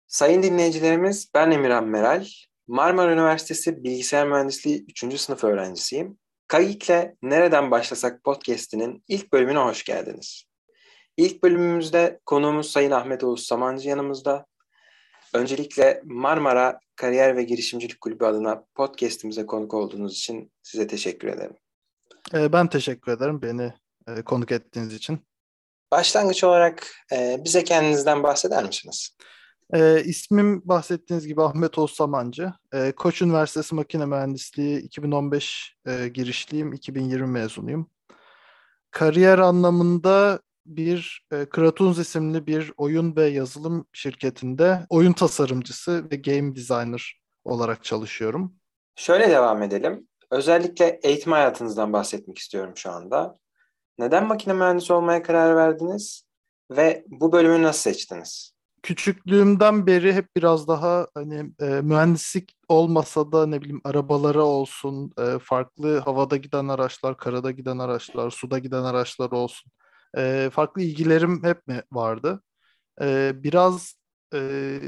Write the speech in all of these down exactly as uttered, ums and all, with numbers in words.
Sayın dinleyicilerimiz, ben Emirhan Meral. Marmara Üniversitesi Bilgisayar Mühendisliği üçüncü sınıf öğrencisiyim. Kayık'le Nereden Başlasak podcast'inin ilk bölümüne hoş geldiniz. İlk bölümümüzde konuğumuz Sayın Ahmet Oğuz Samancı yanımızda. Öncelikle Marmara Kariyer ve Girişimcilik Kulübü adına podcast'imize konuk olduğunuz için size teşekkür ederim. Ee, Ben teşekkür ederim beni e, konuk ettiğiniz için. Başlangıç olarak e, bize kendinizden bahseder misiniz? Ee, ismim bahsettiğiniz gibi Ahmet Oğuz Samancı. Ee, Koç Üniversitesi Makine Mühendisliği iki bin on beş e, girişliyim, iki bin yirmi mezunuyum. Kariyer anlamında bir e, Kratunz isimli bir oyun ve yazılım şirketinde oyun tasarımcısı ve game designer olarak çalışıyorum. Şöyle devam edelim. Özellikle eğitim hayatınızdan bahsetmek istiyorum şu anda. Neden makine mühendisi olmaya karar verdiniz ve bu bölümü nasıl seçtiniz? Küçüklüğümden beri hep biraz daha hani e, mühendislik olmasa da ne bileyim arabalara olsun, e, farklı havada giden araçlar, karada giden araçlar, suda giden araçlar olsun. E, farklı ilgilerim hep mi vardı? E, biraz e,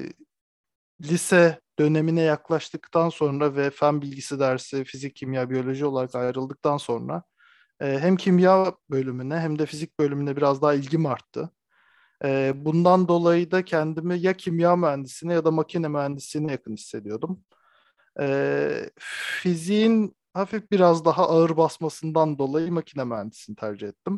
lise dönemine yaklaştıktan sonra ve fen bilgisi dersi, fizik, kimya, biyoloji olarak ayrıldıktan sonra e, hem kimya bölümüne hem de fizik bölümüne biraz daha ilgim arttı. Ee, bundan dolayı da kendimi ya kimya mühendisine ya da makine mühendisliğine yakın hissediyordum. Ee, Fiziğin hafif biraz daha ağır basmasından dolayı makine mühendisliğini tercih ettim.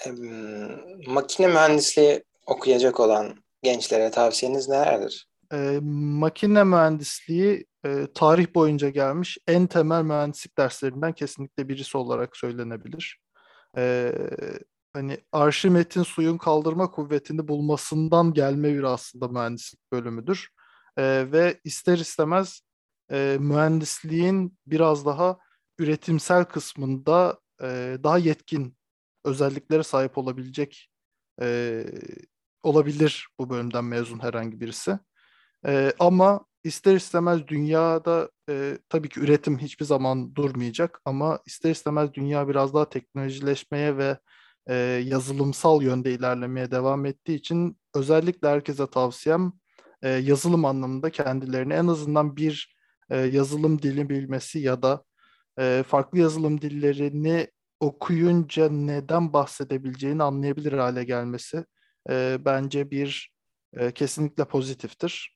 Em, Makine mühendisliği okuyacak olan gençlere tavsiyeniz nelerdir? Ee, makine mühendisliği e, tarih boyunca gelmiş en temel mühendislik derslerinden kesinlikle birisi olarak söylenebilir. Ee, Hani Arşimet'in suyun kaldırma kuvvetini bulmasından gelme bir aslında mühendislik bölümüdür. Ee, ve ister istemez e, mühendisliğin biraz daha üretimsel kısmında e, daha yetkin özelliklere sahip olabilecek e, olabilir bu bölümden mezun herhangi birisi. Ee, ama ister istemez dünyada e, tabii ki üretim hiçbir zaman durmayacak ama ister istemez dünya biraz daha teknolojileşmeye ve e, yazılımsal yönde ilerlemeye devam ettiği için özellikle herkese tavsiyem e, yazılım anlamında kendilerini en azından bir e, yazılım dili bilmesi ya da e, farklı yazılım dillerini okuyunca neden bahsedebileceğini anlayabilir hale gelmesi e, bence bir e, kesinlikle pozitiftir.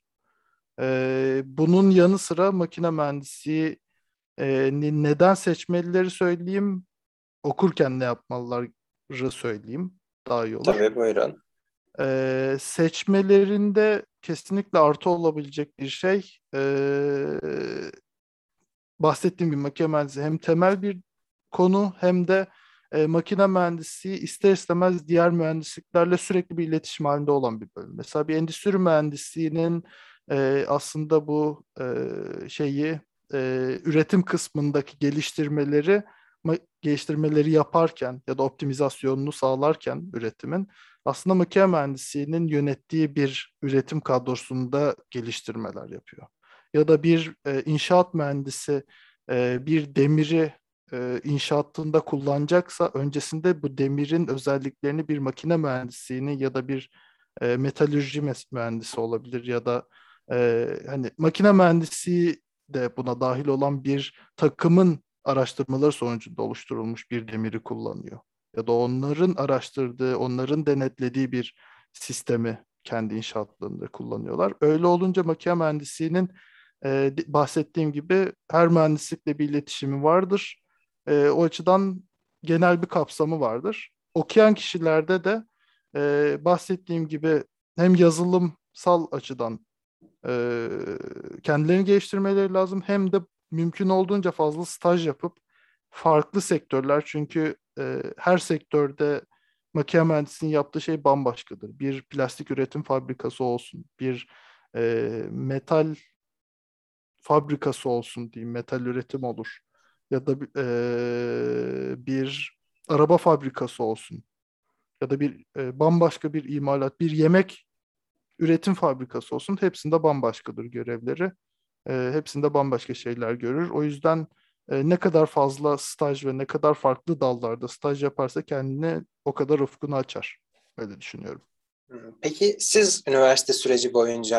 Ee, bunun yanı sıra makine mühendisliği e, ni- neden seçmelileri söyleyeyim, okurken ne yapmalıları söyleyeyim daha iyi olur. Tabii buyurun. Ee, seçmelerinde kesinlikle artı olabilecek bir şey, ee, bahsettiğim gibi makine mühendisliği hem temel bir konu hem de e, makine mühendisliği ister istemez diğer mühendisliklerle sürekli bir iletişim halinde olan bir bölüm. Mesela bir endüstri mühendisliğinin e, aslında bu e, şeyi e, üretim kısmındaki geliştirmeleri ma- geliştirmeleri yaparken ya da optimizasyonunu sağlarken üretimin aslında makine mühendisliğinin yönettiği bir üretim kadrosunda geliştirmeler yapıyor. Ya da bir e, inşaat mühendisi e, bir demiri e, inşaatında kullanacaksa öncesinde bu demirin özelliklerini bir makine mühendisliğini ya da bir e, metalürji mes- mühendisi olabilir ya da e, hani makine mühendisi de buna dahil olan bir takımın araştırmaları sonucunda oluşturulmuş bir demiri kullanıyor. Ya da onların araştırdığı, onların denetlediği bir sistemi kendi inşaatlarında kullanıyorlar. Öyle olunca makine mühendisliğinin e, bahsettiğim gibi her mühendislikle bir iletişimi vardır. E, o açıdan genel bir kapsamı vardır. Okuyan kişilerde de e, bahsettiğim gibi hem yazılımsal açıdan e, kendilerini geliştirmeleri lazım hem de mümkün olduğunca fazla staj yapıp farklı sektörler çünkü e, her sektörde makine mühendisliğinin yaptığı şey bambaşkadır. Bir plastik üretim fabrikası olsun, bir e, metal fabrikası olsun diyeyim, metal üretim olur. Ya da eee, bir araba fabrikası olsun. Ya da bir e, bambaşka bir imalat, bir yemek üretim fabrikası olsun. Hepsinde bambaşkadır görevleri. E, hepsinde bambaşka şeyler görür. O yüzden e, ne kadar fazla staj ve ne kadar farklı dallarda staj yaparsa kendine o kadar ufkunu açar. Öyle düşünüyorum. Peki siz üniversite süreci boyunca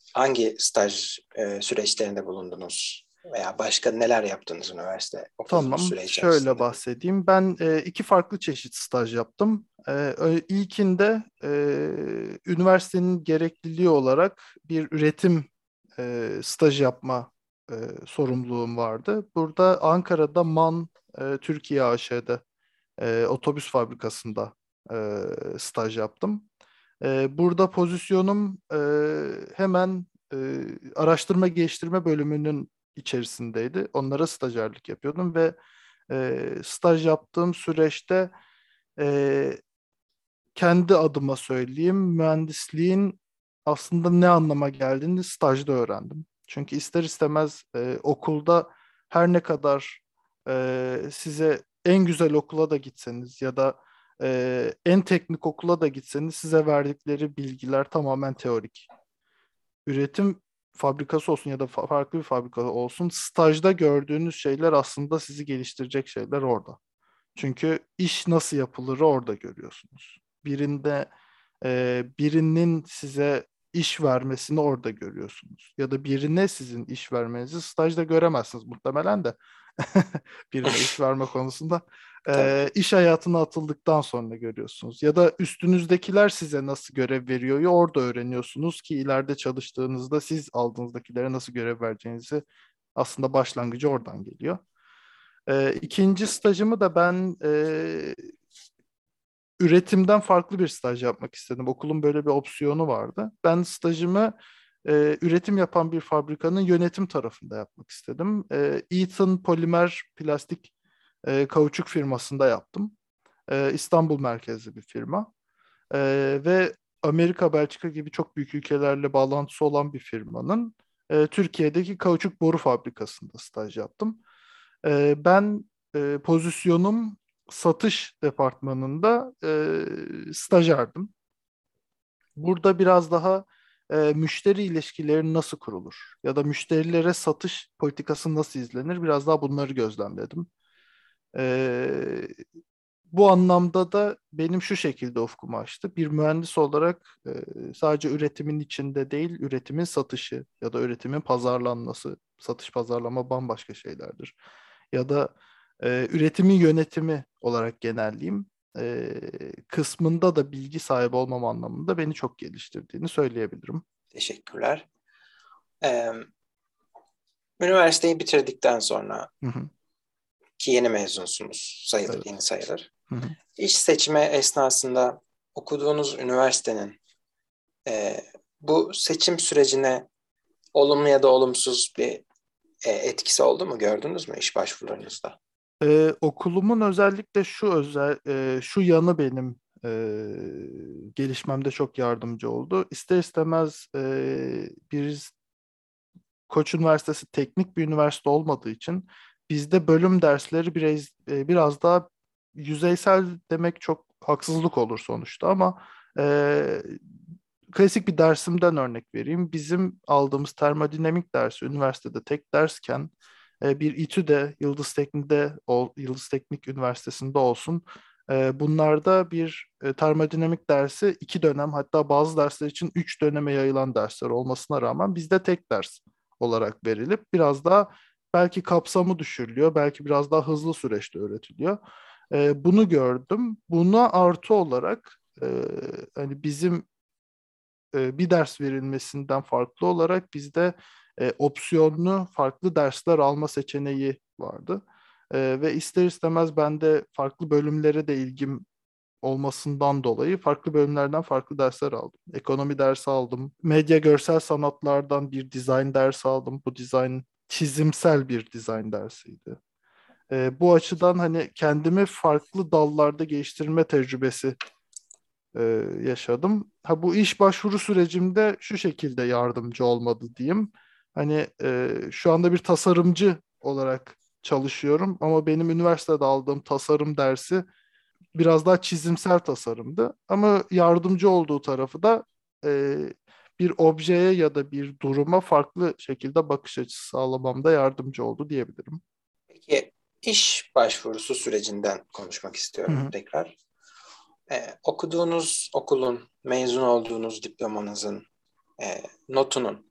Hangi staj e, süreçlerinde bulundunuz? Veya başka neler yaptınız üniversite okuduğunuz Tamam, süre şöyle içerisinde? bahsedeyim. Ben e, iki farklı çeşit staj yaptım. E, ö- ilkinde e, üniversitenin gerekliliği olarak bir üretim e, staj yapma e, sorumluluğum vardı. Burada Ankara'da MAN e, Türkiye A Ş'de e, otobüs fabrikasında e, staj yaptım. E, burada pozisyonum e, hemen e, araştırma geliştirme bölümünün içerisindeydi. Onlara stajyerlik yapıyordum ve e, staj yaptığım süreçte e, kendi adıma söyleyeyim, mühendisliğin aslında ne anlama geldiğini stajda öğrendim. Çünkü ister istemez e, okulda her ne kadar e, size en güzel okula da gitseniz ya da e, en teknik okula da gitseniz size verdikleri bilgiler tamamen teorik. Üretim fabrikası olsun ya da fa- farklı bir fabrika olsun, stajda gördüğünüz şeyler aslında sizi geliştirecek şeyler orada. Çünkü iş nasıl yapılırı orada görüyorsunuz. Birinde e, birinin size iş vermesini orada görüyorsunuz. Ya da birine sizin iş vermenizi stajda göremezsiniz muhtemelen de. Birine iş verme konusunda Tabii. e, iş hayatına atıldıktan sonra görüyorsunuz. Ya da üstünüzdekiler size nasıl görev veriyor ya orada öğreniyorsunuz ki ileride çalıştığınızda siz aldığınızdakilere nasıl görev vereceğinizi aslında başlangıcı oradan geliyor. E, ikinci stajımı da ben e, üretimden farklı bir staj yapmak istedim. Okulun böyle bir opsiyonu vardı. Ben stajımı e, üretim yapan bir fabrikanın yönetim tarafında yapmak istedim. E, Eaton Polimer Plastik e, Kauçuk firmasında yaptım. E, İstanbul merkezli bir firma. E, ve Amerika, Belçika gibi çok büyük ülkelerle bağlantısı olan bir firmanın e, Türkiye'deki kauçuk boru fabrikasında staj yaptım. E, ben e, pozisyonum satış departmanında e, stajyerdim. Burada biraz daha e, müşteri ilişkileri nasıl kurulur ya da müşterilere satış politikası nasıl izlenir biraz daha bunları gözlemledim. E, Bu anlamda da benim şu şekilde ufkumu açtı. Bir mühendis olarak e, sadece üretimin içinde değil, üretimin satışı ya da üretimin pazarlanması, satış pazarlama bambaşka şeylerdir. Ya da e, üretimin yönetimi olarak genelleyeyim. E, kısmında da bilgi sahibi olmam anlamında beni çok geliştirdiğini söyleyebilirim. Teşekkürler. Ee, Üniversiteyi bitirdikten sonra Hı hı, ki yeni mezunsunuz sayılır, evet. yeni sayılır. Hı hı. İş seçimi esnasında okuduğunuz üniversitenin e, bu seçim sürecine olumlu ya da olumsuz bir e, etkisi oldu mu? Gördünüz mü iş başvurularınızda? Ee, okulumun özellikle şu özel e, şu yanı benim e, gelişmemde çok yardımcı oldu. İster istemez e, bir Koç Üniversitesi teknik bir üniversite olmadığı için bizde bölüm dersleri biraz e, biraz daha yüzeysel demek çok haksızlık olur sonuçta ama e, klasik bir dersimden örnek vereyim. Bizim aldığımız termodinamik dersi üniversitede tek dersken e, bir İTÜ'de, Yıldız Teknik'te, ol- Yıldız Teknik Üniversitesi'nde olsun. E, bunlarda bir e, termodinamik dersi iki dönem hatta bazı dersler için üç döneme yayılan dersler olmasına rağmen bizde tek ders olarak verilip biraz daha belki kapsamı düşürülüyor, belki biraz daha hızlı süreçte öğretiliyor. E, bunu gördüm. Buna artı olarak e, hani bizim e, bir ders verilmesinden farklı olarak bizde e, opsiyonlu farklı dersler alma seçeneği vardı. E, ve ister istemez ben de farklı bölümlere de ilgim olmasından dolayı farklı bölümlerden farklı dersler aldım. Ekonomi dersi aldım. Medya görsel sanatlardan bir dizayn dersi aldım. Bu dizayn çizimsel bir dizayn dersiydi. E, bu açıdan hani kendimi farklı dallarda geliştirme tecrübesi e, yaşadım. Ha bu iş başvuru sürecimde şu şekilde yardımcı olmadı diyeyim. Hani e, şu anda bir tasarımcı olarak çalışıyorum ama benim üniversitede aldığım tasarım dersi biraz daha çizimsel tasarımdı. Ama yardımcı olduğu tarafı da e, bir objeye ya da bir duruma farklı şekilde bakış açısı sağlamamda yardımcı oldu diyebilirim. Peki iş başvurusu sürecinden konuşmak Hı istiyorum hı. tekrar. Ee, okuduğunuz okulun, mezun olduğunuz diplomanızın e, notunun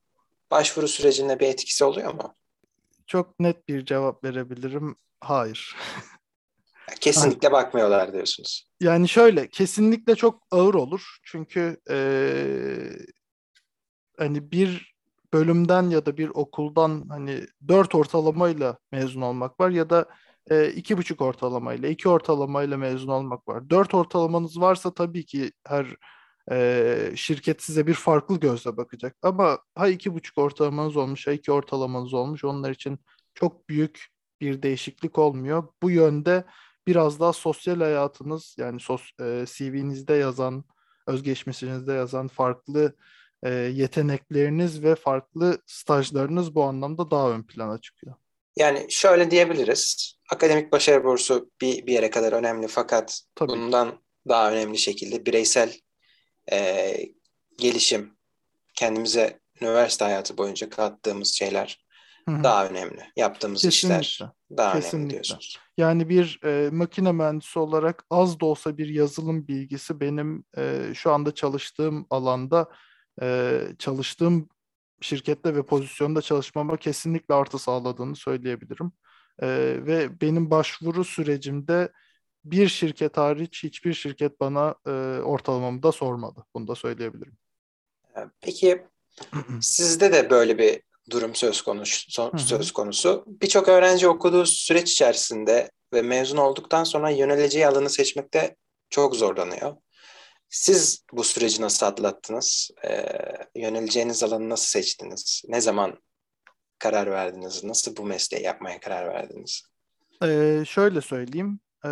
başvuru sürecinde bir etkisi oluyor mu? Çok net bir cevap verebilirim. Hayır. Hayır. Kesinlikle bakmıyorlar diyorsunuz. Yani şöyle, kesinlikle çok ağır olur. Çünkü eee, hani bir bölümden ya da bir okuldan hani dört ortalamayla mezun olmak var ya da e, iki buçuk ortalamayla, iki ortalamayla mezun olmak var. Dört ortalamanız varsa tabii ki her e, şirket size bir farklı gözle bakacak. Ama ha iki buçuk ortalamanız olmuş, ha iki ortalamanız olmuş. Onlar için çok büyük bir değişiklik olmuyor. Bu yönde biraz daha sosyal hayatınız yani sos, e, C V'nizde yazan, özgeçmişinizde yazan farklı e, yetenekleriniz ve farklı stajlarınız bu anlamda daha ön plana çıkıyor. Yani şöyle diyebiliriz. Akademik başarı bursu bir, bir yere kadar önemli fakat Tabii ki. bundan daha önemli şekilde bireysel e, gelişim, kendimize üniversite hayatı boyunca kattığımız şeyler Hı hı. daha önemli. Yaptığımız Kesinlikle. işler daha önemli Kesinlikle. diyorsunuz. Yani bir e, makine mühendisi olarak az da olsa bir yazılım bilgisi benim e, şu anda çalıştığım alanda e, çalıştığım şirkette ve pozisyonda çalışmama kesinlikle artı sağladığını söyleyebilirim. E, ve benim başvuru sürecimde bir şirket hariç hiçbir şirket bana e, ortalamamı da sormadı. Bunu da söyleyebilirim. E, Peki sizde de böyle bir durum söz konusu, Hı hı. söz konusu. Birçok öğrenci okuduğu süreç içerisinde ve mezun olduktan sonra yöneleceği alanı seçmekte çok zorlanıyor. Siz bu süreci nasıl atlattınız? Ee, yöneleceğiniz alanı nasıl seçtiniz? Ne zaman karar verdiniz? Nasıl bu mesleği yapmaya karar verdiniz? E, şöyle söyleyeyim. E,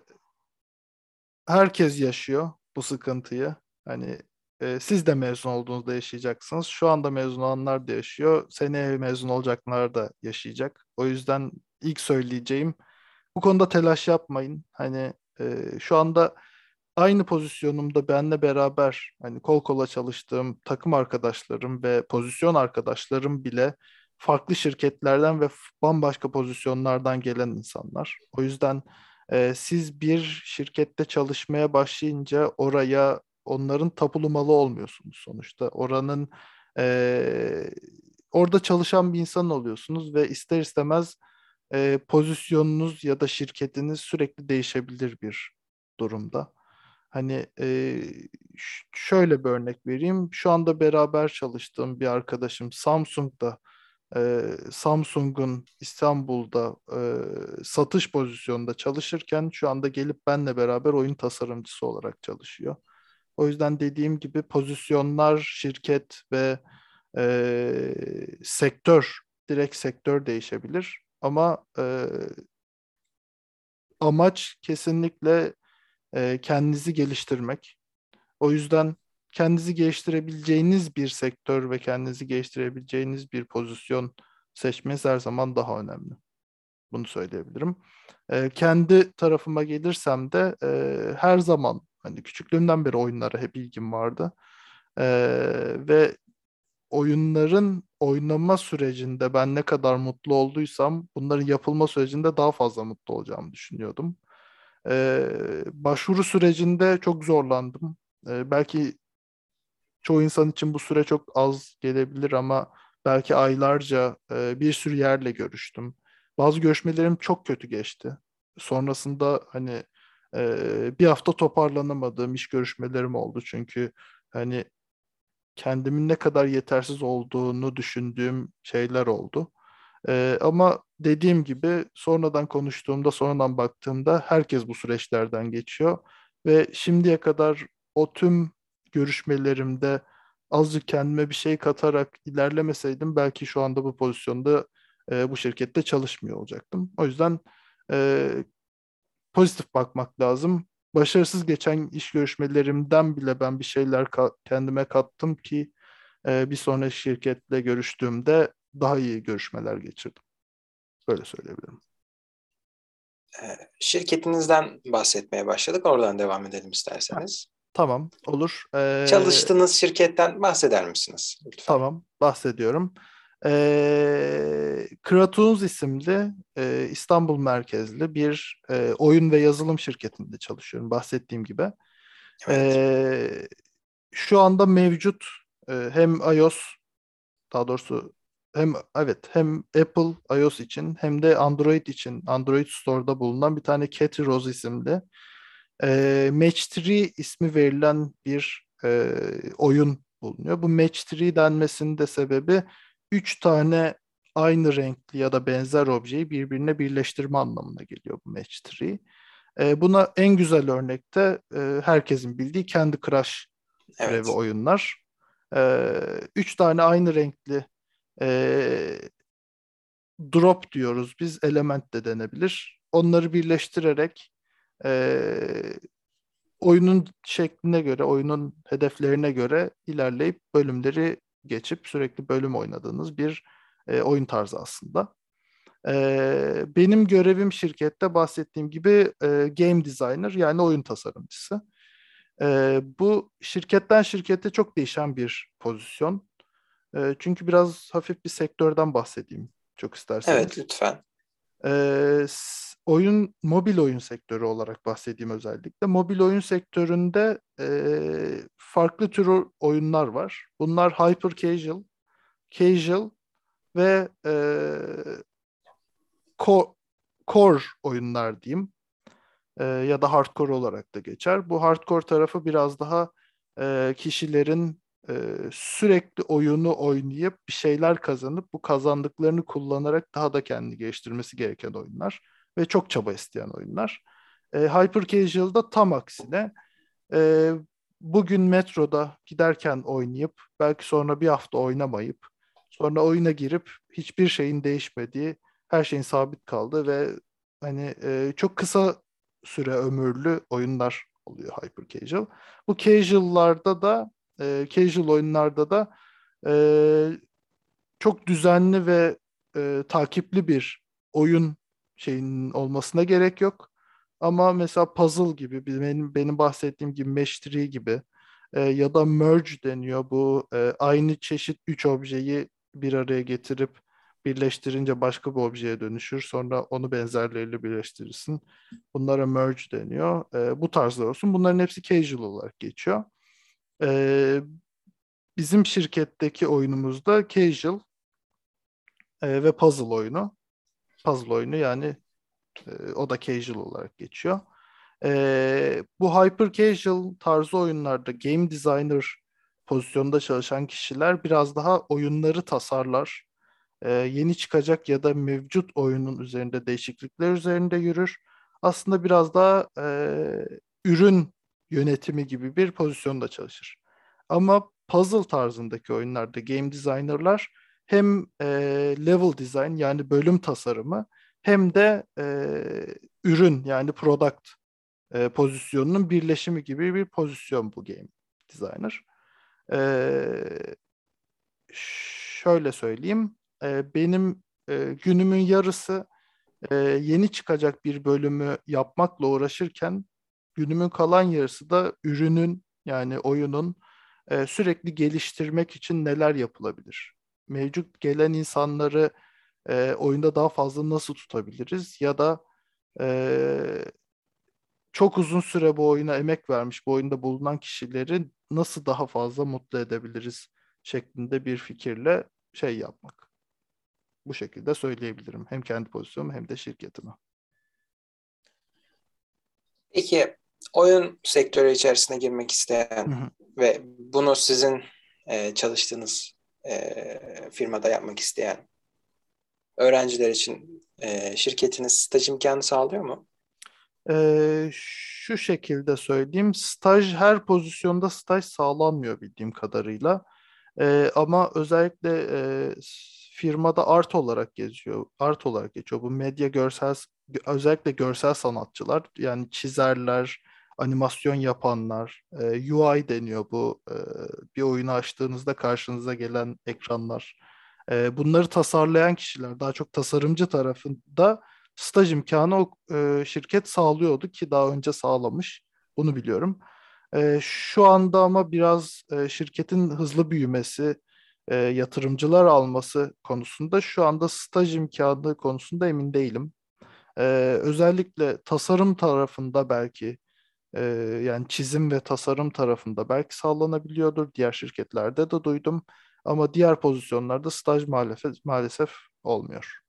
herkes yaşıyor bu sıkıntıyı. Hani e, siz de mezun olduğunuzda yaşayacaksınız. Şu anda mezun olanlar da yaşıyor. Seneye mezun olacaklar da yaşayacak. O yüzden ilk söyleyeceğim bu konuda telaş yapmayın. Hani e, şu anda aynı pozisyonumda benle beraber hani kol kola çalıştığım takım arkadaşlarım ve pozisyon arkadaşlarım bile farklı şirketlerden ve f- bambaşka pozisyonlardan gelen insanlar. O yüzden e, siz bir şirkette çalışmaya başlayınca oraya onların tapulu malı olmuyorsunuz sonuçta. Oranın e, orada çalışan bir insan oluyorsunuz ve ister istemez e, pozisyonunuz ya da şirketiniz sürekli değişebilir bir durumda. Hani e, ş- şöyle bir örnek vereyim. Şu anda beraber çalıştığım bir arkadaşım Samsung'da e, Samsung'un İstanbul'da e, satış pozisyonunda çalışırken şu anda gelip benle beraber oyun tasarımcısı olarak çalışıyor. O yüzden dediğim gibi pozisyonlar, şirket ve e, sektör, direkt sektör değişebilir. Ama e, amaç kesinlikle e, kendinizi geliştirmek. O yüzden kendinizi geliştirebileceğiniz bir sektör ve kendinizi geliştirebileceğiniz bir pozisyon seçmeniz her zaman daha önemli. Bunu söyleyebilirim. E, kendi tarafıma gelirsem de e, her zaman hani küçüklüğümden beri oyunlara hep ilgim vardı. E, ve oyunların oynama sürecinde ben ne kadar mutlu olduysam bunların yapılma sürecinde daha fazla mutlu olacağımı düşünüyordum. Ee, başvuru sürecinde çok zorlandım. Ee, belki çoğu insan için bu süre çok az gelebilir ama belki aylarca e, bir sürü yerle görüştüm. Bazı görüşmelerim çok kötü geçti. Sonrasında hani e, bir hafta toparlanamadığım iş görüşmelerim oldu çünkü hani kendimin ne kadar yetersiz olduğunu düşündüğüm şeyler oldu. Ee, ama dediğim gibi sonradan konuştuğumda, sonradan baktığımda herkes bu süreçlerden geçiyor. Ve şimdiye kadar o tüm görüşmelerimde azıcık kendime bir şey katarak ilerlemeseydim belki şu anda bu pozisyonda e, bu şirkette çalışmıyor olacaktım. O yüzden e, pozitif bakmak lazım. Başarısız geçen iş görüşmelerimden bile ben bir şeyler ka- kendime kattım ki e, bir sonraki şirketle görüştüğümde daha iyi görüşmeler geçirdim. Böyle söyleyebilirim. Ee, şirketinizden bahsetmeye başladık. Oradan devam edelim Ha, isterseniz. tamam, olur. Ee, Çalıştığınız şirketten bahseder misiniz lütfen? tamam, bahsediyorum. Ee, Kratoons isimli e, İstanbul merkezli bir e, oyun ve yazılım şirketinde çalışıyorum bahsettiğim gibi. Evet. Ee, şu anda mevcut e, hem iOS Daha doğrusu hem evet hem Apple iOS için hem de Android için Android Store'da bulunan bir tane Cathy Rose isimli e, Match üç ismi verilen bir e, oyun bulunuyor. Bu Match üç denmesinin de sebebi üç tane aynı renkli ya da benzer objeyi birbirine birleştirme anlamına geliyor bu Match üç. E, buna en güzel örnekte e, herkesin bildiği Candy Crush türevi Evet. oyunlar. E, üç tane aynı renkli e, drop diyoruz biz, element de denebilir. Onları birleştirerek e, oyunun şekline göre, oyunun hedeflerine göre ilerleyip bölümleri geçip sürekli bölüm oynadığınız bir e, oyun tarzı aslında. E, benim görevim şirkette bahsettiğim gibi e, game designer, yani oyun tasarımcısı. E, bu şirketten şirkete çok değişen bir pozisyon. E, çünkü biraz hafif bir sektörden bahsedeyim çok Evet, isterseniz. lütfen. Ee, s- oyun, mobil oyun sektörü olarak bahsedeyim özellikle. Mobil oyun sektöründe e, farklı tür o- oyunlar var. Bunlar hyper casual, casual ve e, co- core oyunlar diyeyim. E, ya da hardcore olarak da geçer. Bu hardcore tarafı biraz daha e, kişilerin e, sürekli oyunu oynayıp bir şeyler kazanıp bu kazandıklarını kullanarak daha da kendini geliştirmesi gereken oyunlar ve çok çaba isteyen oyunlar. E, Hyper Casual'da tam aksine e, bugün metroda giderken oynayıp belki sonra bir hafta oynamayıp sonra oyuna girip hiçbir şeyin değişmediği, her şeyin sabit kaldığı ve hani e, çok kısa süre ömürlü oyunlar oluyor hyper casual. Bu casual'larda da e, casual oyunlarda da e, çok düzenli ve e, takipli bir oyun şeyinin olmasına gerek yok. Ama mesela puzzle gibi, benim benim bahsettiğim gibi Mesh üç gibi e, ya da merge deniyor. Bu e, aynı çeşit üç objeyi bir araya getirip birleştirince başka bir objeye dönüşür. Sonra onu benzerleriyle birleştirirsin. Bunlara merge deniyor. E, bu tarzlar olsun. Bunların hepsi casual olarak geçiyor. E, bizim şirketteki oyunumuzda casual e, ve puzzle oyunu. Puzzle oyunu yani e, o da casual olarak geçiyor. E, bu hyper casual tarzı oyunlarda game designer pozisyonda çalışan kişiler biraz daha oyunları tasarlar. E, yeni çıkacak ya da mevcut oyunun üzerinde değişiklikler üzerinde yürür. Aslında biraz daha e, ürün yönetimi gibi bir pozisyonda çalışır. Ama puzzle tarzındaki oyunlarda game designerlar hem e, level design yani bölüm tasarımı hem de e, ürün yani product e, pozisyonunun birleşimi gibi bir pozisyon bu game designer. E, şöyle söyleyeyim, e, benim e, günümün yarısı e, yeni çıkacak bir bölümü yapmakla uğraşırken günümün kalan yarısı da ürünün yani oyunun e, sürekli geliştirmek için neler yapılabilir? Mevcut gelen insanları e, oyunda daha fazla nasıl tutabiliriz? Ya da e, çok uzun süre bu oyuna emek vermiş, bu oyunda bulunan kişileri nasıl daha fazla mutlu edebiliriz şeklinde bir fikirle şey yapmak. Bu şekilde söyleyebilirim. Hem kendi pozisyonumu hem de şirketimi. Peki oyun sektörü içerisine girmek Hı isteyen hı. ve bunu sizin e, çalıştığınız e, firmada yapmak isteyen öğrenciler için e, şirketiniz staj imkanı sağlıyor mu? Ee, şu şekilde söyleyeyim. Staj, her pozisyonda staj sağlanmıyor bildiğim kadarıyla. Ee, ama özellikle e, firmada art olarak geziyor. Art olarak geçiyor. Bu medya görsel, özellikle görsel sanatçılar yani çizerler, animasyon yapanlar, e, U I deniyor bu. E, bir oyunu açtığınızda karşınıza gelen ekranlar. E, bunları tasarlayan kişiler daha çok tasarımcı tarafında staj imkanı o e, şirket sağlıyordu ki daha önce sağlamış. Bunu biliyorum. E, şu anda ama biraz e, şirketin hızlı büyümesi, e, yatırımcılar alması konusunda şu anda staj imkanı konusunda emin değilim. E, özellikle tasarım tarafında belki e, yani çizim ve tasarım tarafında belki sağlanabiliyordur. Diğer şirketlerde de duydum. Ama diğer pozisyonlarda staj maalesef, maalesef olmuyor.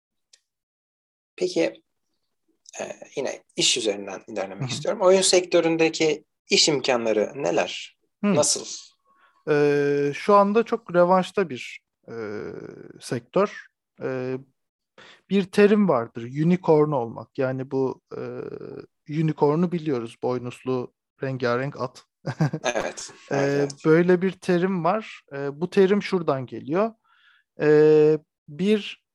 Peki e, yine iş üzerinden Hı ilerlemek hı. istiyorum. Oyun sektöründeki iş imkanları neler? Hı. Nasıl? Ee, şu anda çok revaçta bir e, sektör. Ee, Bir terim vardır, unicorn olmak. Yani bu e, unicorn'u biliyoruz, boynuzlu rengarenk at. Evet, evet, Ee, evet. böyle bir terim var. Ee, bu terim şuradan geliyor. Ee, bir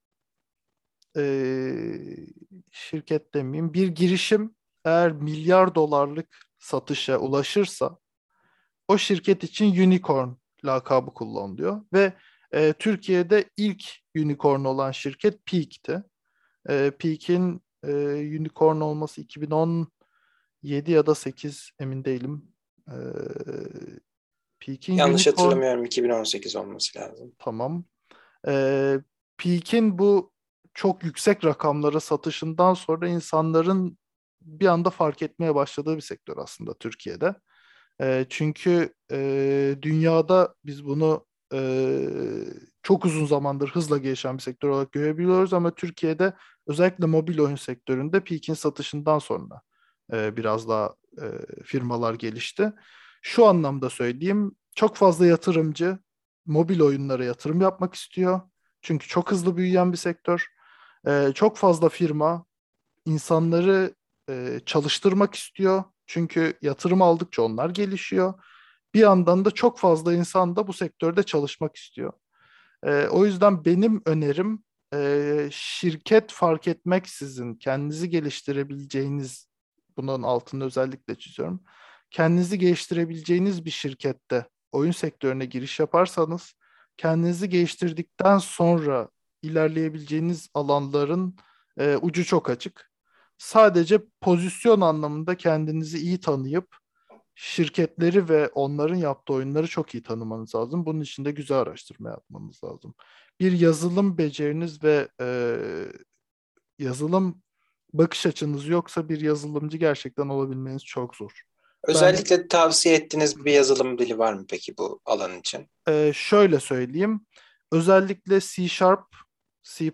e, şirket demeyeyim, bir girişim eğer milyar dolarlık satışa ulaşırsa o şirket için unicorn lakabı kullanılıyor ve e, Türkiye'de ilk unicorn olan şirket Peak'ti. E, Peak'in e, unicorn olması iki bin on yedi ya da sekiz, emin değilim. E, Peak'in Yanlış unicorn, hatırlamıyorum, iki bin on sekiz olması lazım. tamam. E, Peak'in bu çok yüksek rakamlara satışından sonra insanların bir anda fark etmeye başladığı bir sektör aslında Türkiye'de. E, çünkü e, dünyada biz bunu e, çok uzun zamandır hızla gelişen bir sektör olarak görebiliyoruz ama Türkiye'de özellikle mobil oyun sektöründe Peak'in satışından sonra e, biraz daha e, firmalar gelişti. Şu anlamda söyleyeyim, çok fazla yatırımcı mobil oyunlara yatırım yapmak istiyor. Çünkü çok hızlı büyüyen bir sektör. E, çok fazla firma insanları e, çalıştırmak istiyor. Çünkü yatırım aldıkça onlar gelişiyor. Bir yandan da çok fazla insan da bu sektörde çalışmak istiyor. E, o yüzden benim önerim e, şirket fark etmeksizin kendinizi geliştirebileceğiniz, bunun altını özellikle çiziyorum. Kendinizi geliştirebileceğiniz bir şirkette oyun sektörüne giriş yaparsanız kendinizi geliştirdikten sonra ilerleyebileceğiniz alanların e, ucu çok açık. Sadece pozisyon anlamında kendinizi iyi tanıyıp şirketleri ve onların yaptığı oyunları çok iyi tanımanız lazım. Bunun için de güzel araştırma yapmanız lazım. Bir yazılım beceriniz ve e, yazılım bakış açınız yoksa bir yazılımcı gerçekten olabilmeniz çok zor. Ben Özellikle tavsiye ettiğiniz bir yazılım dili var mı peki bu alan için? e, şöyle söyleyeyim. Özellikle C Sharp, C++,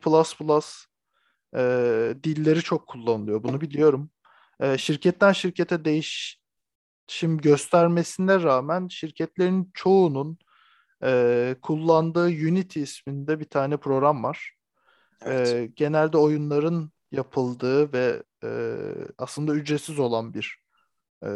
e, dilleri çok kullanılıyor. Bunu biliyorum. E, şirketten şirkete değişim göstermesine rağmen şirketlerin çoğunun e, kullandığı Unity isminde bir tane program var. Evet. E, genelde oyunların yapıldığı ve e, aslında ücretsiz olan bir e,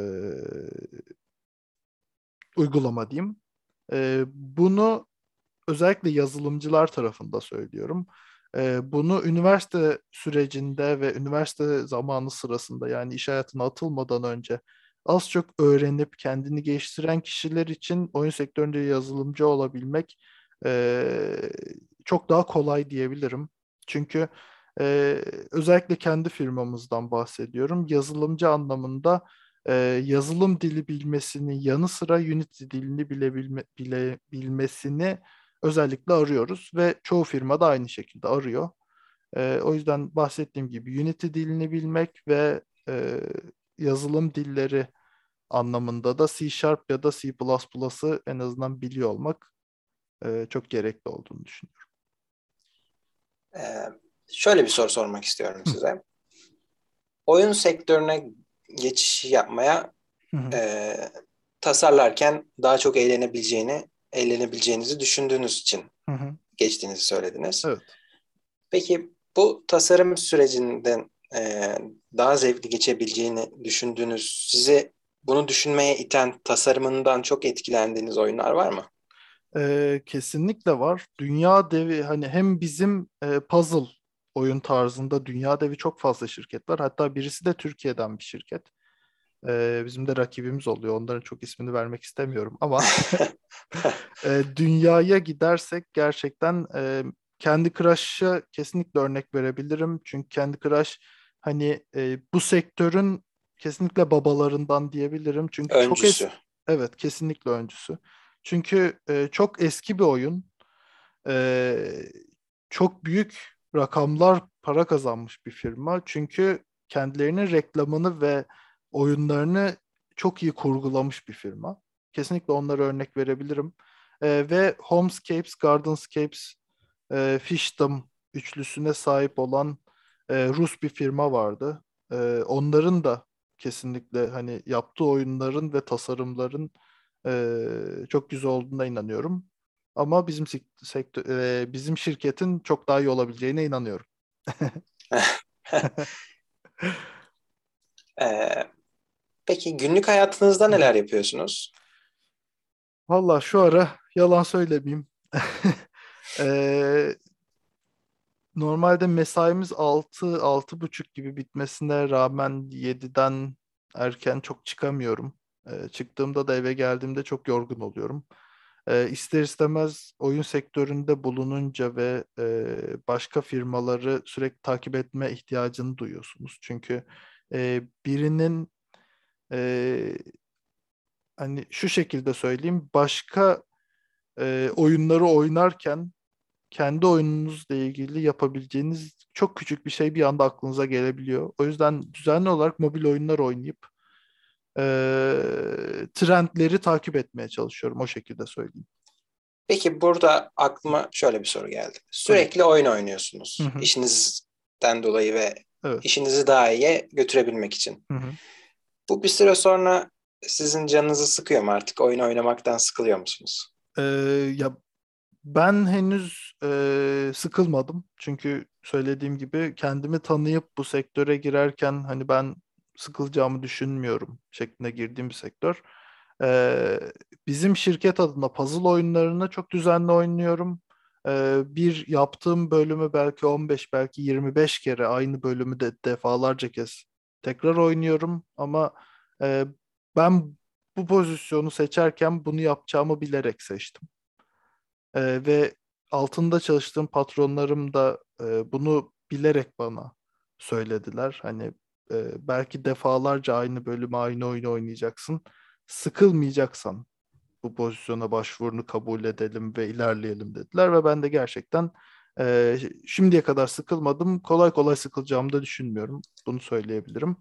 uygulama diyeyim. E, bunu özellikle yazılımcılar tarafında söylüyorum. Ee, bunu üniversite sürecinde ve üniversite zamanı sırasında, yani iş hayatına atılmadan önce az çok öğrenip kendini geliştiren kişiler için oyun sektöründe yazılımcı olabilmek e, çok daha kolay diyebilirim. Çünkü e, özellikle kendi firmamızdan bahsediyorum. Yazılımcı anlamında e, yazılım dili bilmesinin yanı sıra Unity dilini bilebilme, bile, bilmesini özellikle arıyoruz ve çoğu firma da aynı şekilde arıyor. Ee, o yüzden bahsettiğim gibi Unity dilini bilmek ve e, yazılım dilleri anlamında da C Sharp ya da C++'ı en azından biliyor olmak e, çok gerekli olduğunu düşünüyorum. Ee, Şöyle bir soru sormak istiyorum Hı size. Oyun sektörüne geçiş yapmaya hı hı. e, tasarlarken daha çok eğlenebileceğini, eğlenebileceğinizi düşündüğünüz için Hı hı. geçtiğinizi söylediniz. Evet. Peki bu tasarım sürecinden e, daha zevkli geçebileceğini düşündüğünüz, sizi bunu düşünmeye iten tasarımından çok etkilendiğiniz oyunlar var mı? Ee, kesinlikle var. Dünya devi, hani hem bizim e, puzzle oyun tarzında dünya devi çok fazla şirket var. Hatta birisi de Türkiye'den bir şirket. Ee, bizim de rakibimiz oluyor. Onların çok ismini vermek istemiyorum ama e, dünyaya gidersek gerçekten e, Candy Crush'a kesinlikle örnek verebilirim. Çünkü Candy Crush hani e, bu sektörün kesinlikle babalarından diyebilirim. Çünkü çok es Öncüsü. evet, kesinlikle öncüsü. Çünkü e, çok eski bir oyun. E, Çok büyük rakamlar para kazanmış bir firma. Çünkü kendilerinin reklamını ve oyunlarını çok iyi kurgulamış bir firma. Kesinlikle onlara örnek verebilirim. E, ve Homescapes, Gardenscapes, e, Fishdom üçlüsüne sahip olan e, Rus bir firma vardı. E, onların da kesinlikle hani yaptığı oyunların ve tasarımların e, çok güzel olduğuna inanıyorum. Ama bizim sek- sektör, e, bizim şirketin çok daha iyi olabileceğine inanıyorum. Ee, peki günlük hayatınızda neler yapıyorsunuz? Valla şu ara yalan söylemeyeyim. Ee, Normalde mesaimiz altı altı buçuk gibi bitmesine rağmen yediden erken çok çıkamıyorum. Ee, çıktığımda da eve geldiğimde çok yorgun oluyorum. Ee, ister istemez oyun sektöründe bulununca ve e, başka firmaları sürekli takip etme ihtiyacını duyuyorsunuz. Çünkü e, birinin e, hani şu şekilde söyleyeyim, başka e, oyunları oynarken kendi oyununuzla ilgili yapabileceğiniz çok küçük bir şey bir anda aklınıza gelebiliyor. O yüzden düzenli olarak mobil oyunlar oynayıp e, trendleri takip etmeye çalışıyorum. O şekilde söyleyeyim. Peki burada aklıma şöyle bir soru geldi. Tabii ki. Sürekli oyun Hı oynuyorsunuz. hı. İşinizden dolayı ve Evet. işinizi daha iyi götürebilmek için. Hı hı. Bu bir süre sonra sizin canınızı sıkıyor mu artık? Oyun oynamaktan sıkılıyor musunuz? Ee, Ya ben henüz e, sıkılmadım. Çünkü söylediğim gibi kendimi tanıyıp bu sektöre girerken hani ben sıkılacağımı düşünmüyorum şeklinde girdiğim bir sektör. Ee, Bizim şirket adına puzzle oyunlarını çok düzenli oynuyorum. Ee, bir yaptığım bölümü belki on beş belki yirmi beş kere aynı bölümü de defalarca kez tekrar oynuyorum. Ama e, ben bu pozisyonu seçerken bunu yapacağımı bilerek seçtim. Ee, ve altında çalıştığım patronlarım da e, bunu bilerek bana söylediler. Hani e, belki defalarca aynı bölümü, aynı oyunu oynayacaksın. Sıkılmayacaksan bu pozisyona başvurunu kabul edelim ve ilerleyelim dediler ve ben de gerçekten e, şimdiye kadar sıkılmadım. Kolay kolay sıkılacağımı da düşünmüyorum. Bunu söyleyebilirim.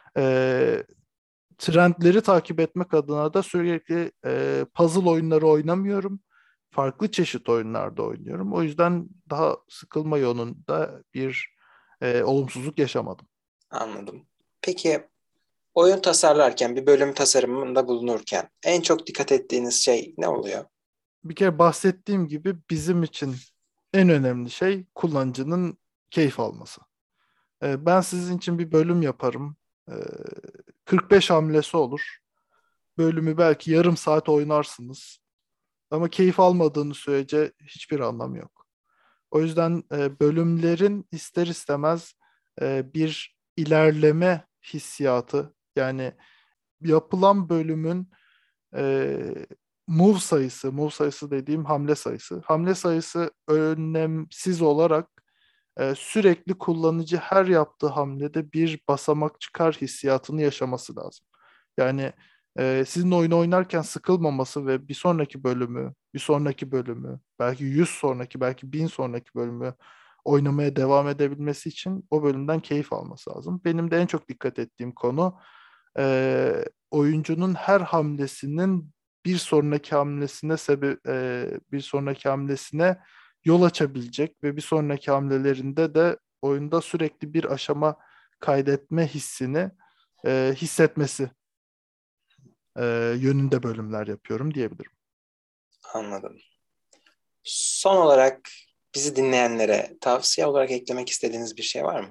E, Trendleri takip etmek adına da sürekli e, puzzle oyunları oynamıyorum. Farklı çeşit oyunlarda oynuyorum. O yüzden daha sıkılma yolunda bir e, olumsuzluk yaşamadım. Anladım. Peki oyun tasarlarken, bir bölüm tasarımında bulunurken en çok dikkat ettiğiniz şey ne oluyor? Bir kere bahsettiğim gibi bizim için en önemli şey kullanıcının keyif alması. E, ben sizin için bir bölüm yaparım. E, kırk beş hamlesi olur. Bölümü belki yarım saat oynarsınız. Ama keyif almadığınız sürece hiçbir anlamı yok. O yüzden e, bölümlerin ister istemez e, bir ilerleme hissiyatı, yani yapılan bölümün e, move sayısı, move sayısı dediğim hamle sayısı. Hamle sayısı önemsiz olarak e, sürekli kullanıcı her yaptığı hamlede bir basamak çıkar hissiyatını yaşaması lazım. Yani e, sizin oyun oynarken sıkılmaması ve bir sonraki bölümü, bir sonraki bölümü, belki yüz sonraki, belki bin sonraki bölümü oynamaya devam edebilmesi için o bölümden keyif alması lazım. Benim de en çok dikkat ettiğim konu e, oyuncunun her hamlesinin bir sonraki hamlesine sebep e, bir sonraki hamlesine yol açabilecek ve bir sonraki hamlelerinde de oyunda sürekli bir aşama kaydetme hissini e, hissetmesi e, yönünde bölümler yapıyorum diyebilirim. Anladım. Son olarak bizi dinleyenlere tavsiye olarak eklemek istediğiniz bir şey var mı?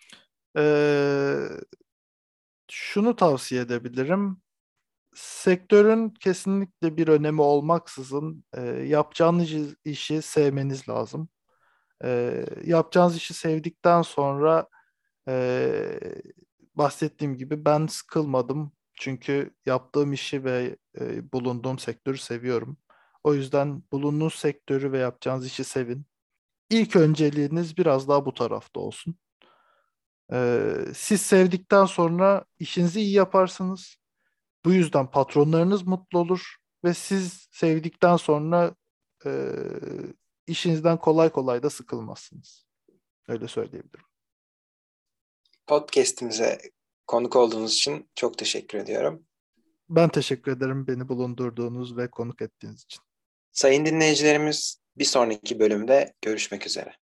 E, Şunu tavsiye edebilirim. Sektörün kesinlikle bir önemi olmaksızın e, yapacağınız işi, işi sevmeniz lazım. E, yapacağınız işi sevdikten sonra e, bahsettiğim gibi ben sıkılmadım. Çünkü yaptığım işi ve e, bulunduğum sektörü seviyorum. O yüzden bulunduğunuz sektörü ve yapacağınız işi sevin. İlk önceliğiniz biraz daha bu tarafta olsun. E, siz sevdikten sonra işinizi iyi yaparsınız. Bu yüzden patronlarınız mutlu olur ve siz sevdikten sonra e, işinizden kolay kolay da sıkılmazsınız. Öyle söyleyebilirim. Podcast'imize konuk olduğunuz için çok teşekkür ediyorum. Ben teşekkür ederim beni bulundurduğunuz ve konuk ettiğiniz için. Sayın dinleyicilerimiz, bir sonraki bölümde görüşmek üzere.